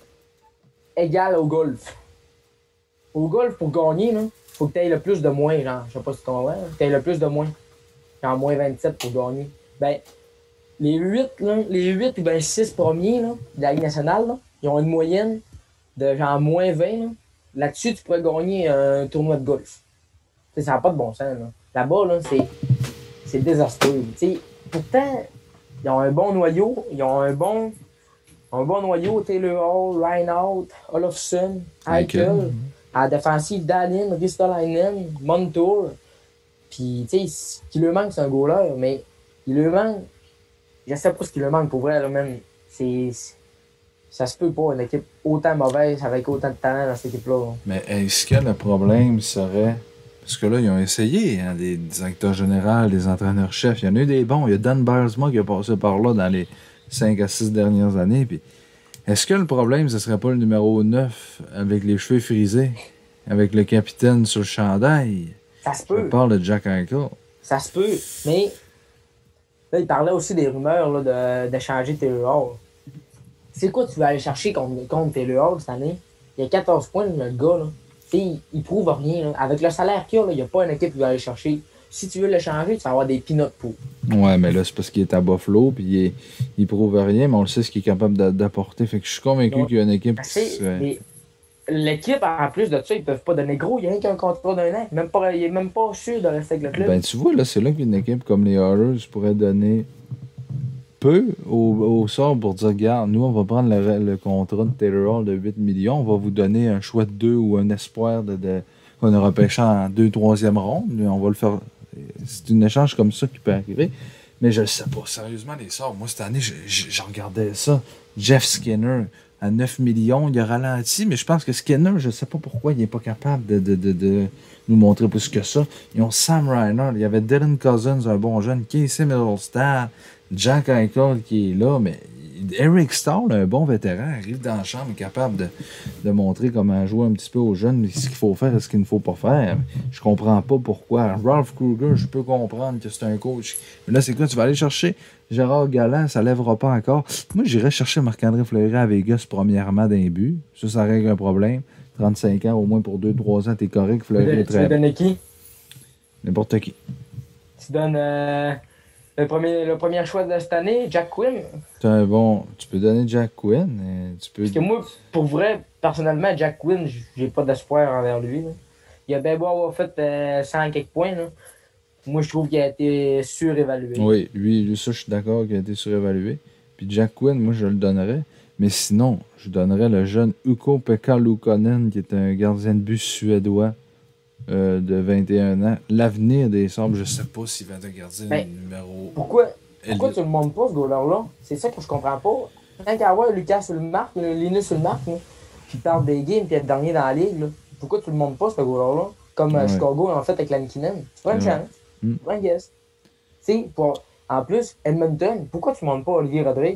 égale au golf. Au golf, pour gagner, il faut que tu aies le plus de moins. Genre, je sais pas si tu comprends. Faut que tu aies le plus de moins. Genre moins 27 pour gagner. Ben, les 8 ou ben 6 premiers là, de la Ligue nationale, là, ils ont une moyenne de genre moins 20. Là. Là-dessus, tu pourrais gagner un tournoi de golf. T'sais, ça n'a pas de bon sens. Là. Là-bas, là, c'est désastreux. T'sais, pourtant, ils ont un bon noyau. Ils ont un bon noyau. Taylor Hall, Reinhardt, Olofsson, Eichel. À la défensive, Dallin, Ristolainen, Montour. Puis, tu sais, ce qui lui manque, c'est un goaler, mais il lui manque. Je sais pas ce qu'il lui manque pour vrai, là, même. Ça se peut pas, une équipe autant mauvaise avec autant de talent dans cette équipe-là. Mais est-ce que le problème serait. Parce que là, ils ont essayé, hein, des directeurs généraux, des entraîneurs-chefs. Il y en a eu des bons. Il y a Dan Barsma qui a passé par là dans les 5 à 6 dernières années. Puis est-ce que le problème, ce serait pas le numéro 9 avec les cheveux frisés, avec le capitaine sur le chandail? Ça se Je peut. parle de Jack Eichel. Ça se peut. Mais là, il parlait aussi des rumeurs là, de changer Taylor Hall. C'est quoi tu vas aller chercher contre Taylor Hall cette année? Il y a 14 points, le gars. Là. Il prouve rien. Là. Avec le salaire qu'il a, il n'y a pas une équipe qui va aller chercher. Si tu veux le changer, tu vas avoir des peanuts pour. Ouais, mais là, c'est parce qu'il est à Buffalo, puis il prouve rien, mais on le sait ce qu'il est capable d'apporter. Fait que je suis convaincu Ouais. qu'il y a une équipe qui Mais l'équipe, en plus de ça, ils peuvent pas donner gros. Il n'y a rien qu'un contrat d'un an. Il n'est même pas sûr de rester avec le club. Ben, tu vois, là, c'est là qu'une équipe comme les Oilers pourrait donner peu au sort pour dire, regarde, nous, on va prendre le contrat de Taylor Hall de 8 millions, on va vous donner un choix de 2 ou un espoir qu'on a repêché en 2 3e ronde. On va le faire. C'est un échange comme ça qui peut arriver. Mais je ne sais pas. Sérieusement, les sorts, moi, cette année, je regardais ça. Jeff Skinner, à 9 millions, il a ralenti, mais je pense que Skinner, je ne sais pas pourquoi il n'est pas capable de nous montrer plus que ça. Ils ont Sam Reinhardt, il y avait Dylan Cousins, un bon jeune, Casey Middlestat, Jack Eichel qui est là, mais Eric Stahl, un bon vétéran, arrive dans la chambre, est capable de montrer comment jouer un petit peu aux jeunes, ce qu'il faut faire et ce qu'il ne faut pas faire. Je comprends pas pourquoi. Ralph Kruger, je peux comprendre que c'est un coach. Mais là, c'est quoi? Tu vas aller chercher Gérard Galland, ça lèvera pas encore. Moi, j'irais chercher Marc-André Fleury à Vegas, premièrement, d'un but. Ça règle un problème. 35 ans, au moins pour 2-3 ans, t'es correct. Fleury est Tu veux très bon. donner qui? N'importe qui. Tu donnes le premier choix de cette année, Jack Quinn. Tu peux donner Jack Quinn. Tu peux... Parce que moi, pour vrai, personnellement, Jack Quinn, j'ai pas d'espoir envers lui. Là. Il a bien beau avoir fait 100 quelques points. Là. Moi, je trouve qu'il a été surévalué. Oui, lui, ça, je suis d'accord qu'il a été surévalué. Puis Jack Quinn, moi, je le donnerais. Mais sinon, je donnerais le jeune Ukko-Pekka Luukkonen, qui est un gardien de but suédois de 21 ans. L'avenir des Sabres, je ne sais pas s'il va être un gardien numéro... Pourquoi tu le montres pas, ce goaler-là? C'est ça que je comprends pas. Tant qu'à avoir Lucas sur le marque, Linus sur le marque, puis perdre des games, puis être dernier dans la ligue, là. Pourquoi tu le montres pas, ce goaler-là? Comme Chicago en fait avec Lankinen. Tu prends une chance. Tu prends un guess. En plus, Edmonton, pourquoi tu ne montres pas Olivier Rodrigue?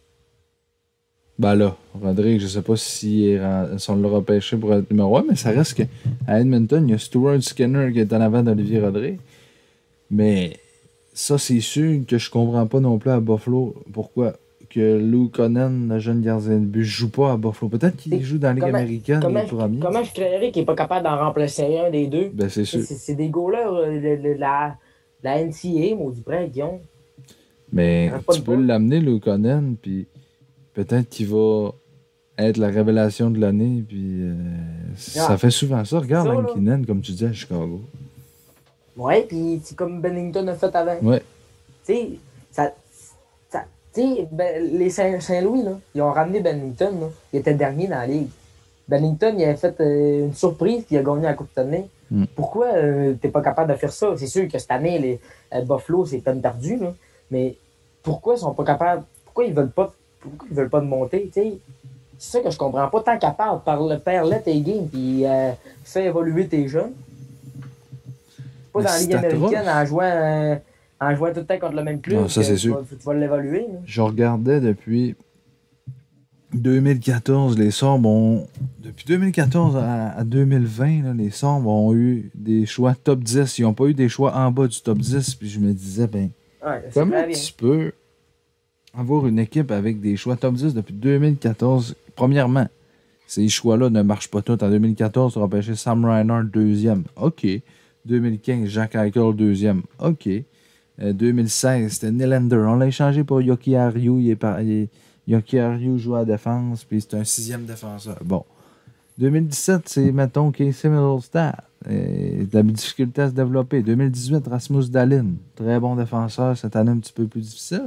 Ben là, Rodrigue, je sais pas si on l'a repêché pour être numéro 1, mais ça reste qu'à Edmonton, il y a Stuart Skinner qui est en avant d'Olivier Rodrigue. Mais ça, c'est sûr que je comprends pas non plus à Buffalo pourquoi que Luukkonen, le jeune gardien de but, joue pas à Buffalo. Peut-être qu'il joue dans la Ligue américaine, les premiers. Comment je créerais qu'il n'est pas capable d'en remplacer un des deux? Ben, c'est sûr. C'est des goalers de la NCAA, maudit près, Guillaume. Mais tu peux l'amener, Luukkonen, puis peut-être qu'il va être la révélation de l'année, puis ça fait souvent ça. Regarde Lankinen, comme tu dis, à Chicago. Ouais, puis c'est comme Bennington a fait avant. Ouais. Tu sais, les Saint-Louis, là, ils ont ramené Bennington, là, il était dernier dans la ligue. Bennington, il avait fait une surprise, puis il a gagné la Coupe cette année. Pourquoi t'es pas capable de faire ça? C'est sûr que cette année, Buffalo, c'est peine perdue, là, mais pourquoi ils sont pas capables? Pourquoi ils veulent pas de monter? T'sais? C'est ça que je comprends pas. Tant qu'à part, perds-le tes games, puis fais évoluer tes jeunes. Pas mais dans la Ligue américaine en jouant tout le temps contre le même club. Non, ça, c'est sûr. Tu vas l'évaluer. Je regardais depuis 2014, les Sabres depuis 2014 à 2020, là, les Sabres ont eu des choix top 10. Ils n'ont pas eu des choix en bas du top 10. Puis je me disais, comment tu peux avoir une équipe avec des choix top 10 depuis 2014? Premièrement, ces choix-là ne marchent pas tous. En 2014, tu as repêché Sam Reinhardt, deuxième. OK. 2015, Jack Eichel, deuxième. OK. 2016, c'était Nylander. On l'a échangé pour Yoki Ariu. Yoki Ariu joue à la défense, puis c'est un 6e défenseur. Bon. 2017, c'est, mettons, Casey Middlestat. De la difficulté à se développer. 2018, Rasmus Dahlin. Très bon défenseur. Cette année, un petit peu plus difficile.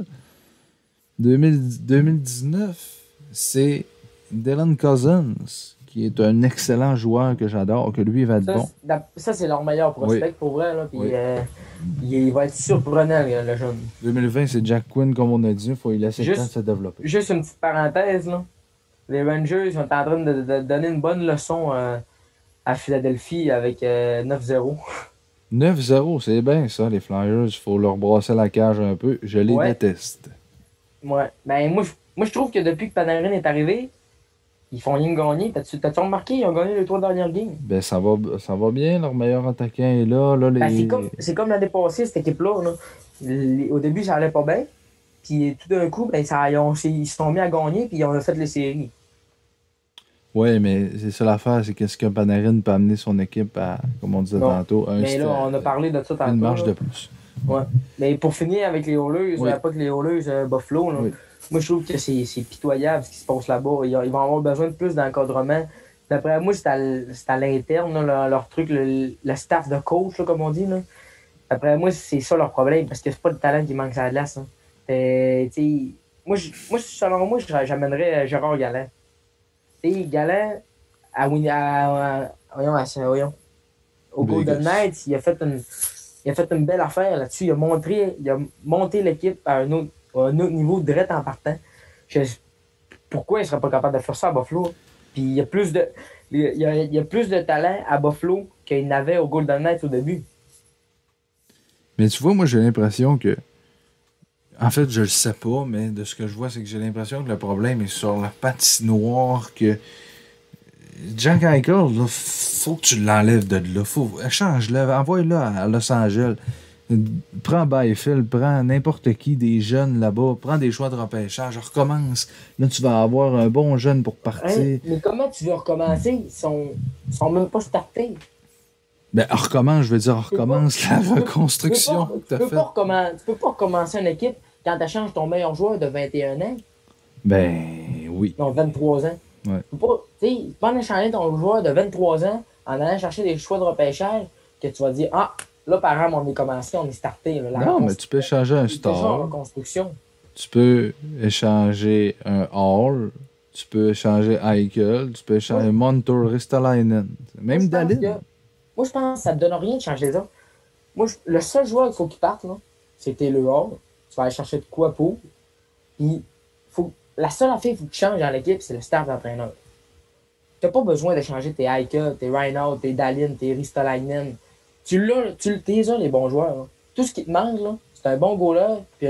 2019, c'est Dylan Cousins, qui est un excellent joueur que j'adore, que lui, il va être bon. Ça, c'est leur meilleur prospect, pour vrai. Là, puis, il va être surprenant, le jeune. 2020, c'est Jack Quinn, comme on a dit. Il faut lui laisser le temps de se développer. Juste une petite parenthèse. Là. Les Rangers sont en train de donner une bonne leçon à Philadelphie avec 9-0. 9-0, c'est bien ça, les Flyers. Il faut leur brasser la cage un peu. Je les Ouais, déteste. ouais. Ben, moi, je trouve que depuis que Panarin est arrivé, ils font rien gagner. T'as-tu remarqué? Ils ont gagné les 3 dernières games. Ben, ça va bien. Leur meilleur attaquant est là. Là, Ben, les... c'est comme l'année passée, cette équipe-là. Là. Au début, ça allait pas bien. Puis tout d'un coup, ben, ils se sont mis à gagner, puis ils ont fait les séries. Ouais, mais c'est ça l'affaire, c'est qu'est-ce que Panarin peut amener son équipe à, comme on disait Non. tantôt, Mais là, on a parlé de ça une tantôt. marche Là. de plus. Ouais. Mais pour finir avec les Oilers, Oui. pas que les Oilers, Buffalo, là, Oui. moi je trouve que c'est pitoyable ce qui se passe là-bas. Ils vont avoir besoin de plus d'encadrement. D'après moi, c'est à l'interne, là, leur truc, le staff de coach, là, comme on dit. Là. D'après moi, c'est ça leur problème, parce que c'est pas le talent qui manque sur la glace. Hein. Selon moi, j'amènerais Gérard Galland. Galland, voyons, au Golden Vegas. Knights, il a fait une belle affaire là-dessus. Il a monté l'équipe à un autre niveau direct en partant. Pourquoi il ne serait pas capable de faire ça à Buffalo? Puis il y a plus de talent à Buffalo qu'il n'avait au Golden Knights au début. Mais tu vois, moi, j'ai l'impression que. En fait, je le sais pas, mais de ce que je vois, c'est que j'ai l'impression que le problème est sur la patinoire. Que Jack Eichel, là, faut que tu l'enlèves de là. Change-le, envoie-le à Los Angeles. Prends Byfield, prends n'importe qui, des jeunes là-bas, prends des choix de repêchage, recommence. Là, tu vas avoir un bon jeune pour partir. Hein? Mais comment tu veux recommencer? Ils sont même pas startés. Ben, recommence, je veux dire, recommence la reconstruction que Tu t'as peux faite. tu peux pas recommencer une équipe quand tu changes ton meilleur joueur de 21 ans. Ben, oui. Non, 23 ans. Ouais. Tu peux pas en changer ton joueur de 23 ans en allant chercher des choix de repêchage que tu vas dire ah, là, par exemple, on est commencé, on est starté. Là, Non, mais tu peux échanger un Tu peux jouer en star. reconstruction. Tu peux échanger un Hall. Tu peux échanger Eichel. Tu peux échanger Ouais. Montour, Ristolainen. Même Dalin. Moi, je pense que ça ne te donne rien de changer les autres. Le seul joueur qu'il faut qu'il parte, là, c'était le Hall. Tu vas aller chercher de quoi pour. Puis, la seule affaire qu'il faut que tu changes dans l'équipe, c'est le staff d'entraîneur. Tu n'as pas besoin de changer tes Eichel, tes Reinhardt, tes Dalin, tes Ristolainen. Tu les as, les bons joueurs. Là. Tout ce qui te manque, là, c'est un bon goaler puis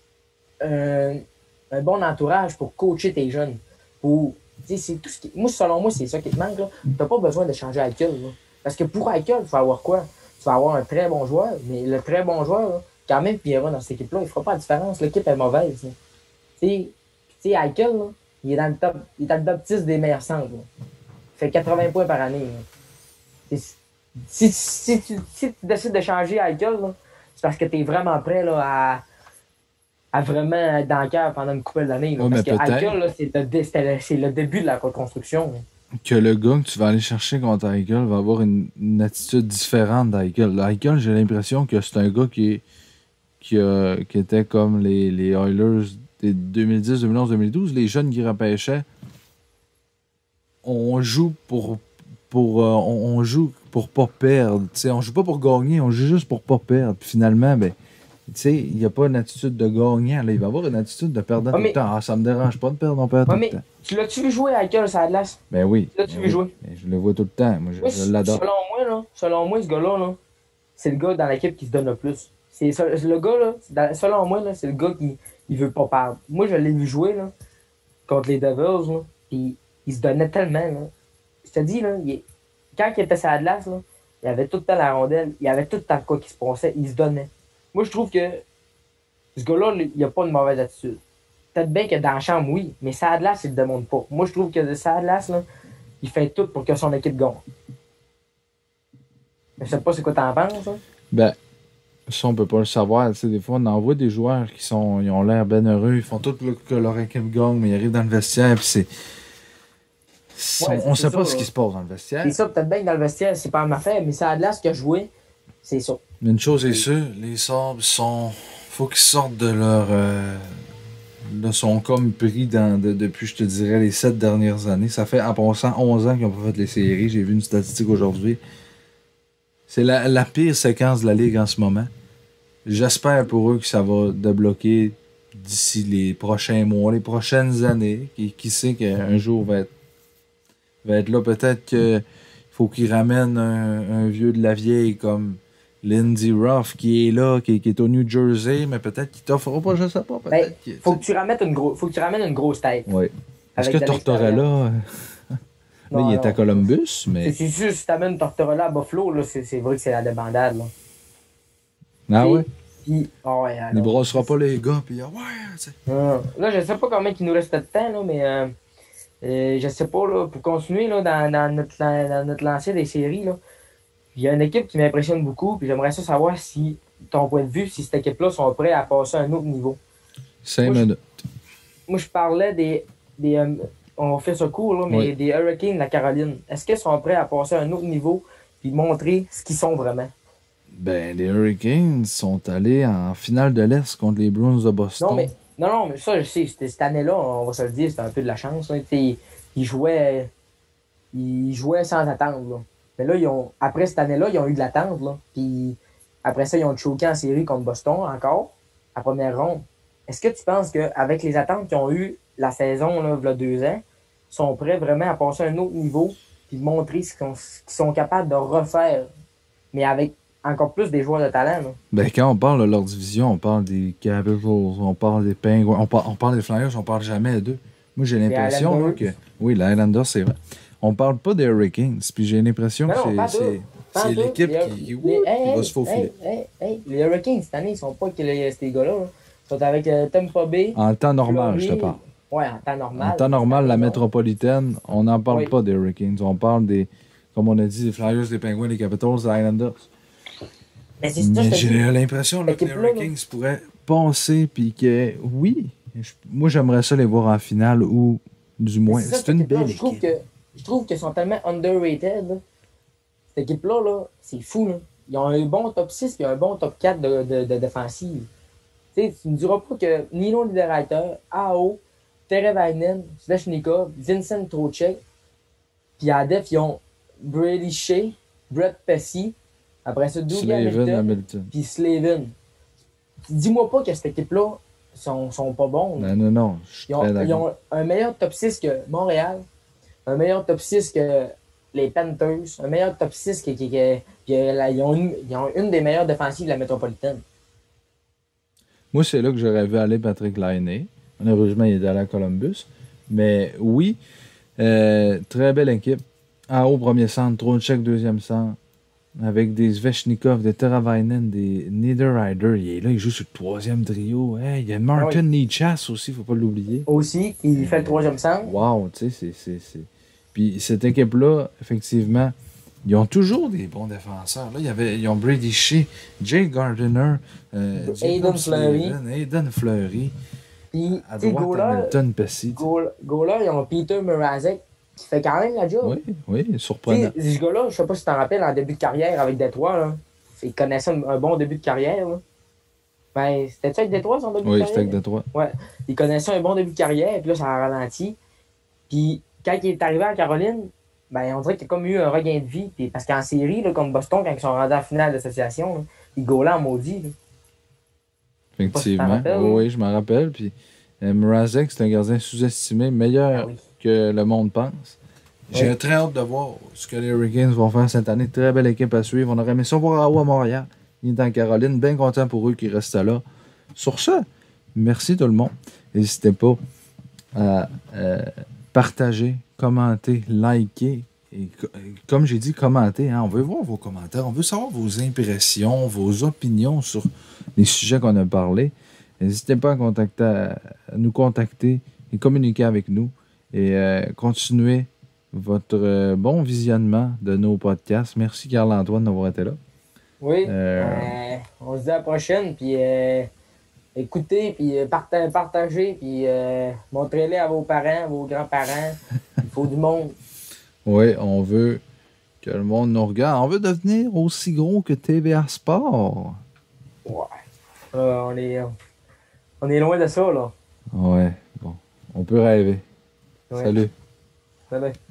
un bon entourage pour coacher tes jeunes. C'est tout moi, selon moi, c'est ça qui te manque. Tu n'as pas besoin de changer Eichel. Là. Parce que pour Eichel, tu vas avoir quoi? Tu vas avoir un très bon joueur, mais le très bon joueur, là, quand même, puis il ira dans cette équipe-là, il ne fera pas la différence. L'équipe est mauvaise. Tu sais, Eichel, là, il est dans le top 10 des meilleurs centres. Là. Il fait 80 points par année. Si tu décides de changer Eichel, là, c'est parce que tu es vraiment prêt là, à vraiment être dans le cœur pendant une couple d'années. Ouais, parce mais que Eichel, là, c'est le début de la reconstruction. Là. Que le gars que tu vas aller chercher contre Eichel va avoir une attitude différente d'Eichel. Eichel, j'ai l'impression que c'est un gars qui était comme les Oilers des 2010, 2011, 2012. Les jeunes qui repêchaient, on joue on joue pour pas perdre. T'sais, on joue pas pour gagner, on joue juste pour pas perdre. Puis finalement, ben, il n'y a pas une attitude de gagnant. Là. Il va avoir une attitude de perdant tout le temps. Ah, ça me dérange pas de perdre, on perd tout le temps. Tu l'as-tu vu jouer à Eichel sur la glace? Ben oui. Tu l'as-tu vu jouer? Ben, je le vois tout le temps. Moi, je l'adore. Selon moi, ce gars-là, là, c'est le gars dans l'équipe qui se donne le plus. Le gars, là, selon moi, là, c'est le gars qui il veut pas perdre. Moi, je l'ai vu jouer là, contre les Devils, là, puis il se donnait tellement. Là. Je te dis, là, quand il était sur la glace, là, il avait tout le temps la rondelle, il avait tout le temps quoi qui se passait, il se donnait. Moi, je trouve que ce gars-là, il n'a pas une mauvaise attitude. Peut-être bien que dans la chambre, oui, mais ça a de l'as, il ne le demande pas. Moi, je trouve que ça a de l'as, là, il fait tout pour que son équipe gagne. Je sais pas c'est quoi t'en penses, hein? Ben, ça, on peut pas le savoir. Tu sais, des fois, on envoie des joueurs ils ont l'air bien heureux, ils font tout que leur équipe gagne, mais ils arrivent dans le vestiaire, puis c'est. On sait pas ce qui se passe dans le vestiaire. C'est ça, peut-être bien que dans le vestiaire, c'est pas ma affaire, mais ça a de l'as que jouer, c'est ça. Mais une chose est sûre, les Sabres faut qu'ils sortent de leur. Là, sont comme pris depuis, je te dirais, les 7 dernières années. Ça fait, en passant, 11 ans qu'ils n'ont pas fait les séries. J'ai vu une statistique aujourd'hui. C'est la pire séquence de la Ligue en ce moment. J'espère pour eux que ça va débloquer d'ici les prochains mois, les prochaines années. Qui sait qu'un jour va être là. Peut-être qu'il faut qu'il ramène un vieux de la vieille comme Lindsey Ruff qui est là, qui est au New Jersey, mais peut-être qu'il t'offrira pas, je sais pas. Ben, Peut-être faut que tu ramènes une grosse tête. Oui. Est-ce Avec que de l'expérience. Tortorella. Là, il est à Columbus, mais. C'est sûr, si t'amènes Tortorella à Buffalo, là, c'est vrai que c'est la débandade. Là. Ah ouais? Puis, ouais, Il alors, brossera pas les gars, puis ouais, tu sais. Là, je sais pas combien il nous reste de temps, là, mais je sais pas, là, pour continuer là, dans notre lancée des séries, là, il y a une équipe qui m'impressionne beaucoup, puis j'aimerais ça savoir si, ton point de vue, si cette équipe-là sont prêts à passer à un autre niveau. 5 minutes. Moi, je parlais des on fait ce cours, là, mais Oui. des Hurricanes de la Caroline. Est-ce qu'ils sont prêts à passer à un autre niveau puis montrer ce qu'ils sont vraiment? Ben, les Hurricanes sont allés en finale de l'Est contre les Bruins de Boston. Non, mais ça, je sais, cette année-là, on va se le dire, c'était un peu de la chance. Là. Ils jouaient sans attendre. Là. Mais là, après cette année-là, ils ont eu de l'attente. Là. Puis après ça, ils ont choqué en série contre Boston encore, à première ronde. Est-ce que tu penses qu'avec les attentes qu'ils ont eues la saison, là, il y a 2 ans, ils sont prêts vraiment à passer à un autre niveau puis montrer ce qu'ils sont capables de refaire, mais avec encore plus des joueurs de talent? Là. Ben, quand on parle de leur division, on parle des Capitals, on parle des Penguins, on parle des Flyers, on parle jamais d'eux. Moi, j'ai l'impression là, que. Oui, les Islanders, c'est vrai. On parle pas des Hurricanes, puis j'ai l'impression que c'est l'équipe qui va se faufiler. Les Hurricanes, cette année, ils sont pas que ces gars-là. Là. Ils sont avec Tampa Bay. En temps normal, Fleury. je te parle. Ouais, en temps normal. En temps normal, la métropolitaine, on n'en parle Oui. pas des Hurricanes. On parle des, comme on a dit, des Flyers, des Penguins, des Capitals, des Islanders. Mais c'est ça, J'ai l'impression là, que les Hurricanes pourraient passer, puis que, oui, moi j'aimerais ça les voir en finale, ou du moins, c'est une belle équipe. Je trouve qu'ils sont tellement underrated. Là. Cette équipe-là, là, c'est fou. Là. Ils ont un bon top 6 et un bon top 4 de défensive. Tu ne me diras pas que Nino Niederreiter, Ao, Teravainen, Svechnikov, Vincent Trocheck, puis à def, ils ont Brady Shea, Brett Pesci, après ça, Dougie Hamilton, puis Slavin. Dis-moi pas que cette équipe-là sont pas bons. Là. Non, je suis très ils ont un meilleur top 6 que Montréal, un meilleur top 6 que les Panthers, un meilleur top 6 ils ont une des meilleures défensives de la métropolitaine. Moi, c'est là que j'aurais vu aller Patrick Laine. Malheureusement, il est allé à Columbus. Mais oui, très belle équipe. En haut, premier centre, Trocheck, deuxième centre. Avec des Svechnikov, des Teravainen, des Niederreiter. Il est là, il joue sur le troisième trio. Hey, il y a Martin Nichas aussi, faut pas l'oublier. Aussi, il fait le troisième centre. Wow, tu sais, c'est... Puis cette équipe-là, effectivement, ils ont toujours des bons défenseurs. Là, ils ont Brady Shea, Jay Gardiner, Aiden Fleury. Puis, à droite, Hamilton, Pesci. Goal-là, ils ont Peter Mrazek, qui fait quand même la job. Oui, surprenant. T'sais, ce gars-là, je sais pas si tu t'en rappelles, en début de carrière avec Détroit, là, il connaissait un bon début de carrière. Là. Ben, c'était-tu avec Détroit, son début de carrière? Oui, c'était avec Détroit. Ouais, il connaissait un bon début de carrière, puis là, ça a ralenti. Puis, quand il est arrivé en Caroline, ben, on dirait qu'il a comme eu un regain de vie. Puis, parce qu'en série, là, comme Boston, quand ils sont rendus en finale d'association, ils gaulaient en maudit. Là. Effectivement. Oui, je m'en rappelle. Puis, Mrazek, c'est un gardien sous-estimé, meilleur que le monde pense. J'ai très hâte de voir ce que les Hurricanes vont faire cette année. Très belle équipe à suivre. On aurait aimé ça voir à Montréal. Il est en Caroline. Bien content pour eux qu'ils restent là. Sur ce, merci tout le monde. N'hésitez pas à partager, commenter, liker. Et comme j'ai dit, commenter. Hein, on veut voir vos commentaires. On veut savoir vos impressions, vos opinions sur les sujets qu'on a parlé. N'hésitez pas à nous contacter et communiquer avec nous. Et continuer votre bon visionnement de nos podcasts. Merci Carl-Antoine d'avoir été là. Oui, on se dit à la prochaine, puis écoutez, puis partagez, puis montrez-les à vos parents, à vos grands-parents. Il faut du monde. Oui, on veut que le monde nous regarde. On veut devenir aussi gros que TVA Sport. Ouais. On est loin de ça, là. Ouais, bon. On peut rêver. Ouais. Salut. Salut.